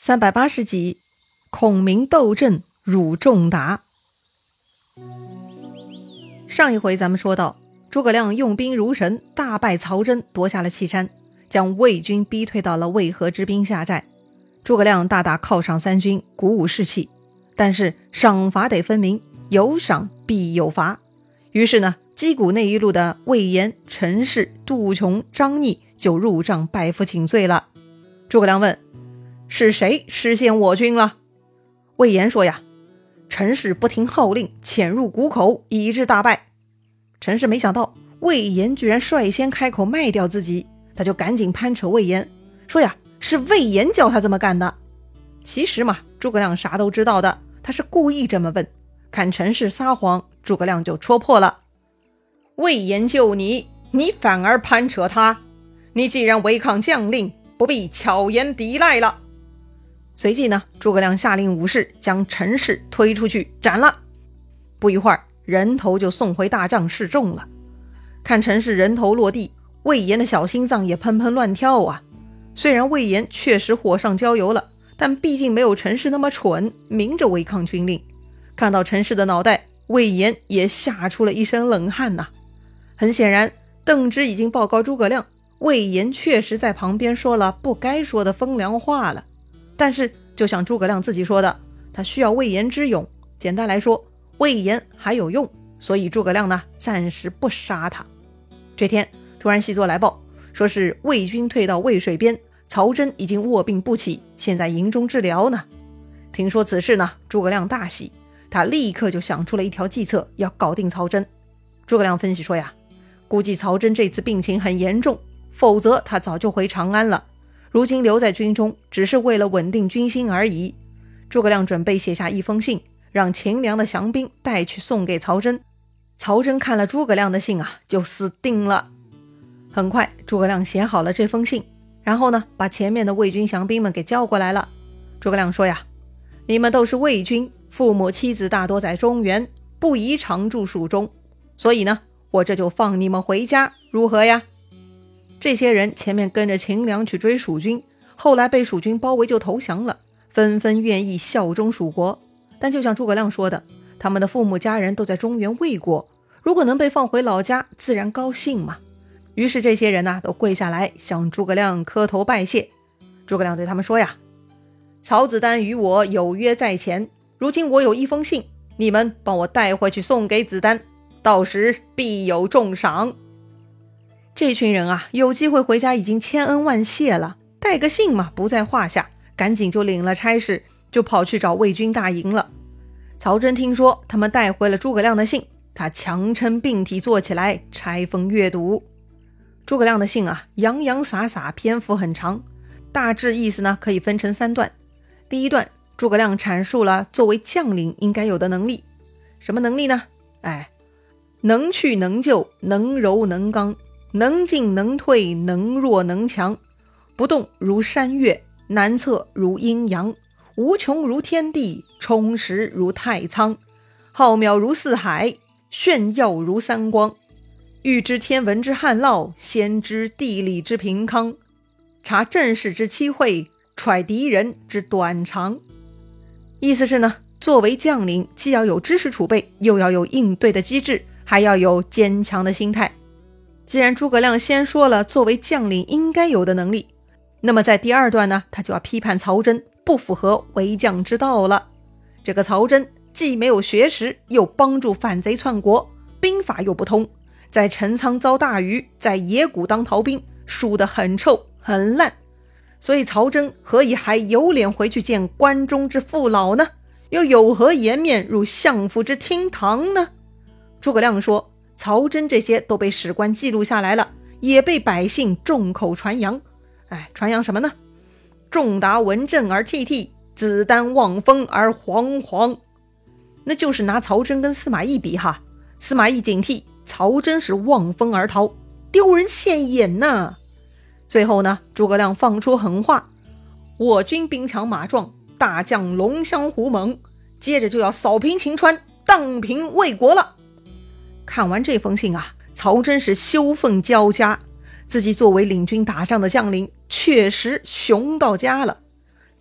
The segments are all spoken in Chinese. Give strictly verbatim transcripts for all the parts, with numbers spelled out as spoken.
三百八十集，孔明斗阵汝仲达。上一回咱们说到，诸葛亮用兵如神，大败曹真，夺下了岐山，将魏军逼退到了渭河之滨下寨。诸葛亮大大犒赏三军，鼓舞士气，但是赏罚得分明，有赏必有罚。于是呢，击鼓那一路的魏延、陈氏、杜琼、张逆就入帐拜服请罪了。诸葛亮问：是谁失陷我军了？魏延说呀，陈氏不听号令，潜入谷口，以致大败。陈氏没想到魏延居然率先开口卖掉自己，他就赶紧攀扯魏延，说呀，是魏延叫他这么干的。其实嘛，诸葛亮啥都知道的，他是故意这么问，看陈氏撒谎，诸葛亮就戳破了。魏延救你，你反而攀扯他，你既然违抗将令，不必巧言抵赖了。随即呢，诸葛亮下令武士将陈氏推出去斩了。不一会儿，人头就送回大帐示众了。看陈氏人头落地，魏延的小心脏也砰砰乱跳啊。虽然魏延确实火上浇油了，但毕竟没有陈氏那么蠢，明着违抗军令。看到陈氏的脑袋，魏延也吓出了一身冷汗呐、啊。很显然，邓芝已经报告诸葛亮，魏延确实在旁边说了不该说的风凉话了。但是就像诸葛亮自己说的，他需要魏延之勇，简单来说，魏延还有用，所以诸葛亮呢暂时不杀他。这天突然细作来报，说是魏军退到渭水边，曹真已经卧病不起，现在营中治疗呢。听说此事呢，诸葛亮大喜，他立刻就想出了一条计策，要搞定曹真。诸葛亮分析说呀，估计曹真这次病情很严重，否则他早就回长安了，如今留在军中只是为了稳定军心而已。诸葛亮准备写下一封信，让秦良的降兵带去送给曹真。曹真看了诸葛亮的信啊，就死定了。很快诸葛亮写好了这封信，然后呢，把前面的魏军降兵们给叫过来了。诸葛亮说呀，你们都是魏军，父母妻子大多在中原，不宜常驻蜀中，所以呢，我这就放你们回家，如何呀？这些人前面跟着秦良去追蜀军，后来被蜀军包围就投降了，纷纷愿意效忠蜀国。但就像诸葛亮说的，他们的父母家人都在中原魏国，如果能被放回老家，自然高兴嘛。于是这些人呢、啊，都跪下来向诸葛亮磕头拜谢。诸葛亮对他们说呀，曹子丹与我有约在前，如今我有一封信，你们帮我带回去送给子丹，到时必有重赏。这群人啊，有机会回家已经千恩万谢了，带个信嘛，不在话下，赶紧就领了差事，就跑去找魏军大营了。曹真听说他们带回了诸葛亮的信，他强撑病体坐起来，拆封阅读。诸葛亮的信啊，洋洋洒洒，篇幅很长，大致意思呢可以分成三段。第一段，诸葛亮阐述了作为将领应该有的能力。什么能力呢？哎，能去能救，能柔能刚，能进能退，能弱能强，不动如山岳，难测如阴阳，无穷如天地，充实如太仓，浩渺如四海，炫耀如三光，欲知天文之旱涝，先知地理之平康，察政事之期会，揣敌人之短长。意思是呢，作为将领，既要有知识储备，又要有应对的机制，还要有坚强的心态。既然诸葛亮先说了作为将领应该有的能力，那么在第二段呢，他就要批判曹真不符合为将之道了。这个曹真既没有学识，又帮助反贼篡国，兵法又不通，在陈仓遭大雨，在野谷当逃兵，输得很臭很烂，所以曹真何以还有脸回去见关中之父老呢？又有何颜面入相府之厅堂呢？诸葛亮说，曹真这些都被史官记录下来了，也被百姓众口传扬。哎，传扬什么呢？仲达闻震而涕涕，子丹望风而惶惶。那就是拿曹真跟司马懿比哈，司马懿警惕，曹真是望风而逃，丢人现眼呐。最后呢，诸葛亮放出狠话，我军兵强马壮，大将龙骧虎猛，接着就要扫平秦川，荡平魏国了。看完这封信啊，曹真是羞愤交加，自己作为领军打仗的将领，确实熊到家了。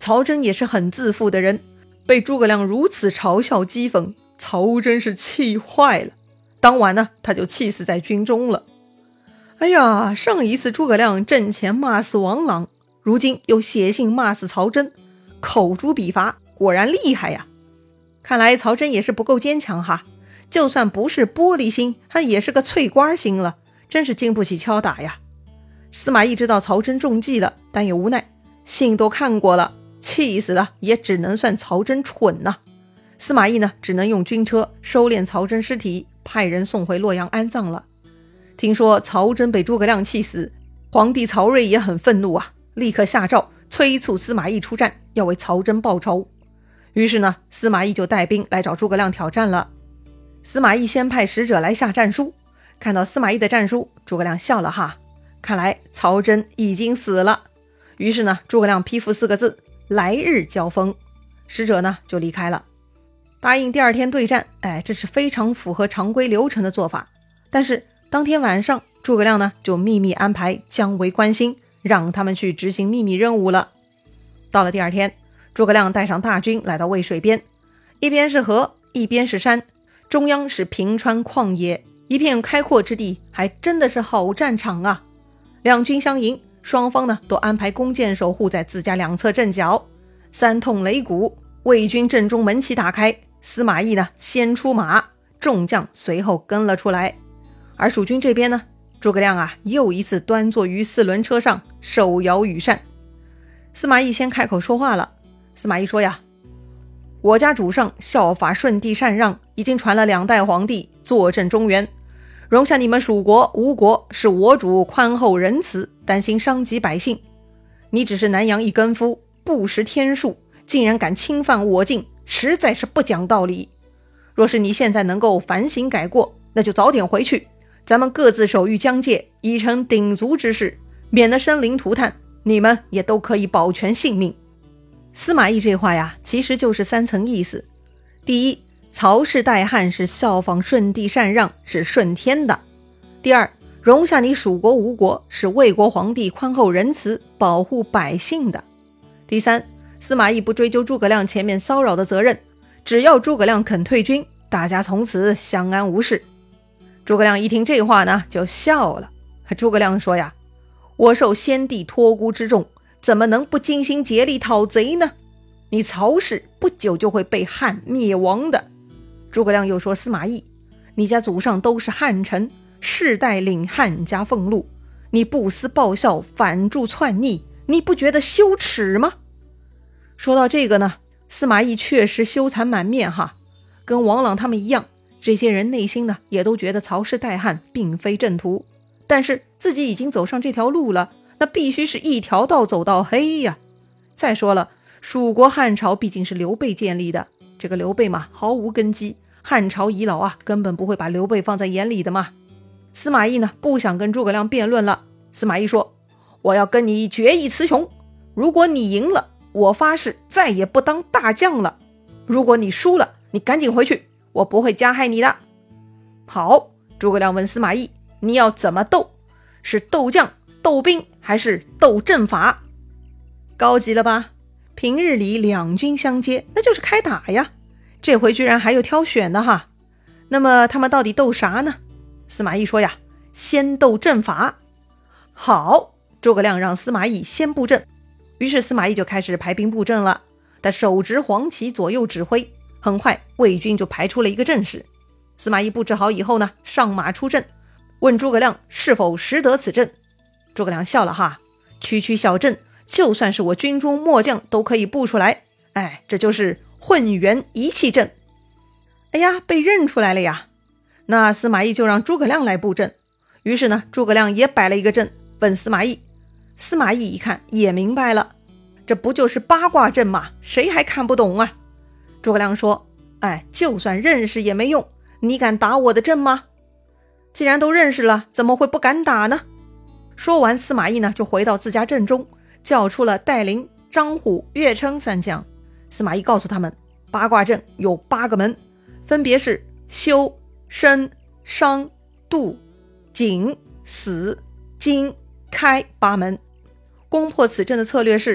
曹真也是很自负的人，被诸葛亮如此嘲笑讥讽，曹真是气坏了。当晚呢，他就气死在军中了。哎呀，上一次诸葛亮阵前骂死王朗，如今又写信骂死曹真，口诛笔伐，果然厉害呀。看来曹真也是不够坚强哈，就算不是玻璃心，他也是个脆瓜心了，真是经不起敲打呀。司马懿知道曹真中计了，但也无奈，信都看过了，气死了，也只能算曹真蠢呐。司马懿呢，只能用军车收敛曹真尸体，派人送回洛阳安葬了。听说曹真被诸葛亮气死，皇帝曹睿也很愤怒啊，立刻下诏催促司马懿出战，要为曹真报仇。于是呢，司马懿就带兵来找诸葛亮挑战了。司马懿先派使者来下战书，看到司马懿的战书，诸葛亮笑了哈，看来曹真已经死了。于是呢，诸葛亮批复四个字：来日交锋。使者呢就离开了，答应第二天对战。哎，这是非常符合常规流程的做法。但是当天晚上，诸葛亮呢就秘密安排姜维、关兴，让他们去执行秘密任务了。到了第二天，诸葛亮带上大军来到渭水边，一边是河，一边是山，中央是平川旷野，一片开阔之地，还真的是好战场啊。两军相迎，双方呢都安排弓箭手护在自家两侧阵脚，三通擂鼓，魏军阵中门旗打开，司马懿呢先出马，众将随后跟了出来。而蜀军这边呢，诸葛亮啊又一次端坐于四轮车上，手摇羽扇。司马懿先开口说话了。司马懿说呀，我家主上效法舜帝禅让，已经传了两代皇帝，坐镇中原，容下你们蜀国吴国，是我主宽厚仁慈，担心伤及百姓。你只是南阳一根夫，不识天数，竟然敢侵犯我境，实在是不讲道理。若是你现在能够反省改过，那就早点回去，咱们各自守御疆界，以成鼎足之势，免得生灵涂炭，你们也都可以保全性命。司马懿这话呀，其实就是三层意思。第一，曹氏代汉是效仿舜帝禅让，是顺天的。第二，容下你蜀国吴国，是魏国皇帝宽厚仁慈，保护百姓的。第三，司马懿不追究诸葛亮前面骚扰的责任，只要诸葛亮肯退军，大家从此相安无事。诸葛亮一听这话呢，就笑了。诸葛亮说呀，我受先帝托孤之重，怎么能不尽心竭力讨贼呢？你曹氏不久就会被汉灭亡的。诸葛亮又说，司马懿，你家祖上都是汉臣，世代领汉家俸禄，你不思报效，反助篡逆，你不觉得羞耻吗？说到这个呢，司马懿确实羞惭满面哈，跟王朗他们一样，这些人内心呢也都觉得曹氏代汉并非正途，但是自己已经走上这条路了，那必须是一条道走到黑呀。再说了，蜀国汉朝毕竟是刘备建立的，这个刘备嘛毫无根基，汉朝遗老啊根本不会把刘备放在眼里的嘛。司马懿呢不想跟诸葛亮辩论了，司马懿说，我要跟你决一雌雄，如果你赢了，我发誓再也不当大将了，如果你输了，你赶紧回去，我不会加害你的。好，诸葛亮问司马懿，你要怎么斗？是斗将、斗兵还是斗阵法？高级了吧？平日里两军相接，那就是开打呀，这回居然还有挑选的哈。那么他们到底斗啥呢？司马懿说呀，先斗阵法。好，诸葛亮让司马懿先布阵，于是司马懿就开始排兵布阵了，他手执黄旗左右指挥，很快魏军就排出了一个阵势。司马懿布置好以后呢，上马出阵，问诸葛亮是否识得此阵。诸葛亮笑了哈，区区小阵，就算是我军中末将都可以布出来，哎，这就是混元一气阵。哎呀，被认出来了呀。那司马懿就让诸葛亮来布阵，于是呢，诸葛亮也摆了一个阵，问司马懿。司马懿一看也明白了，这不就是八卦阵吗？谁还看不懂啊？诸葛亮说，哎，就算认识也没用，你敢打我的阵吗？既然都认识了，怎么会不敢打呢？说完，司马懿呢就回到自家阵中，叫出了戴陵、张虎、岳称三将。司马懿告诉他们，八卦阵有八个门，分别是休、申、商、杜、景、死、金、开八门。攻破此阵的策略是，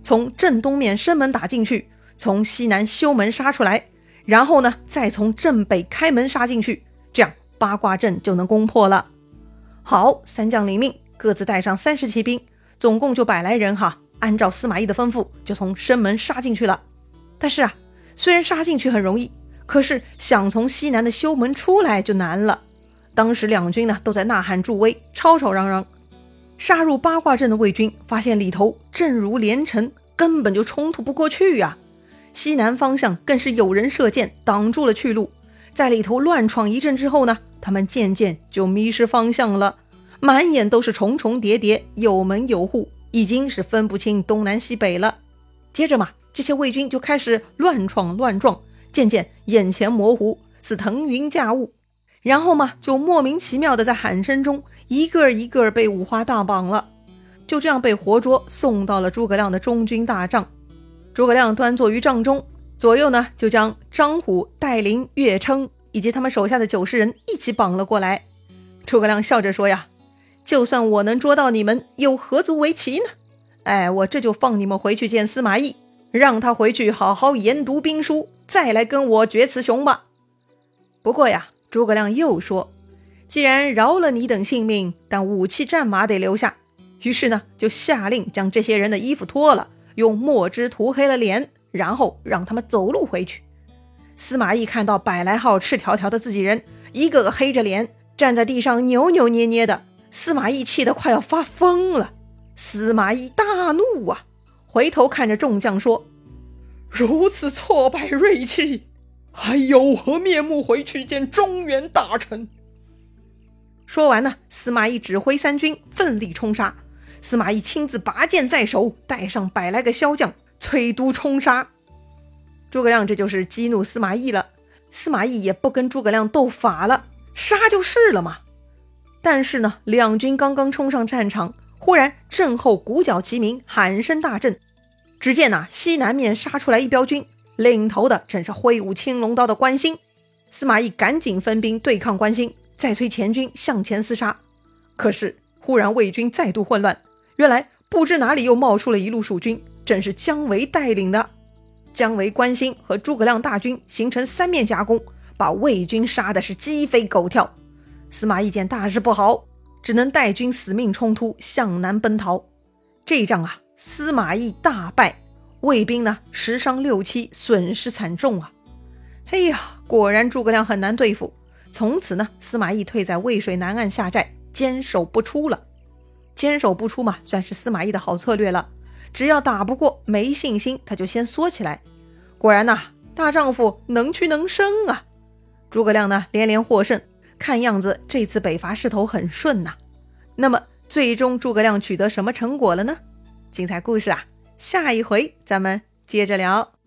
从正东面生门打进去，从西南修门杀出来，然后呢再从正北开门杀进去，这样八卦阵就能攻破了。好，三将领命，各自带上三十骑兵，总共就百来人哈，按照司马懿的吩咐就从生门杀进去了。但是啊，虽然杀进去很容易，可是想从西南的修门出来就难了。当时两军呢都在呐喊助威，吵吵嚷嚷。杀入八卦阵的魏军发现里头阵如连城，根本就冲突不过去呀、啊。西南方向更是有人射箭挡住了去路，在里头乱闯一阵之后呢，他们渐渐就迷失方向了，满眼都是重重叠叠，有门有户，已经是分不清东南西北了。接着嘛，这些魏军就开始乱闯乱撞，渐渐眼前模糊，似腾云驾雾，然后嘛就莫名其妙的在喊声中一个一个被五花大绑了，就这样被活捉送到了诸葛亮的中军大帐。诸葛亮端坐于帐中，左右呢就将张虎、戴麟、岳称以及他们手下的九十人一起绑了过来。诸葛亮笑着说呀，就算我能捉到你们，又何足为奇呢？哎，我这就放你们回去见司马懿，让他回去好好研读兵书，再来跟我决雌雄吧。不过呀，诸葛亮又说，既然饶了你等性命，但武器战马得留下。于是呢，就下令将这些人的衣服脱了，用墨汁涂黑了脸，然后让他们走路回去。司马懿看到百来号赤条条的自己人，一个个黑着脸站在地上扭扭捏捏的，司马懿气得快要发疯了。司马懿大怒啊，回头看着众将说，如此挫败锐气，还有何面目回去见中原大臣？说完呢，司马懿指挥三军奋力冲杀。司马懿亲自拔剑在手，带上百来个骁将，催督冲杀。诸葛亮这就是激怒司马懿了，司马懿也不跟诸葛亮斗法了，杀就是了嘛。但是呢，两军刚刚冲上战场，忽然阵后鼓角齐鸣，喊声大震。只见啊，西南面杀出来一彪军，领头的正是挥舞青龙刀的关兴。司马懿赶紧分兵对抗关兴，再催前军向前厮杀。可是忽然魏军再度混乱，原来不知哪里又冒出了一路蜀军，正是姜维带领的。姜维、关兴和诸葛亮大军形成三面夹攻，把魏军杀的是鸡飞狗跳。司马懿见大事不好，只能带军死命冲突，向南奔逃。这一仗啊，司马懿大败，魏兵呢十伤六七，损失惨重啊。哎呀，果然诸葛亮很难对付。从此呢，司马懿退在渭水南岸下寨，坚守不出了。坚守不出嘛，算是司马懿的好策略了。只要打不过，没信心，他就先缩起来。果然呐、啊，大丈夫能屈能伸啊。诸葛亮呢连连获胜，看样子这次北伐势头很顺呐、啊。那么最终诸葛亮取得什么成果了呢？精彩故事啊，下一回咱们接着聊。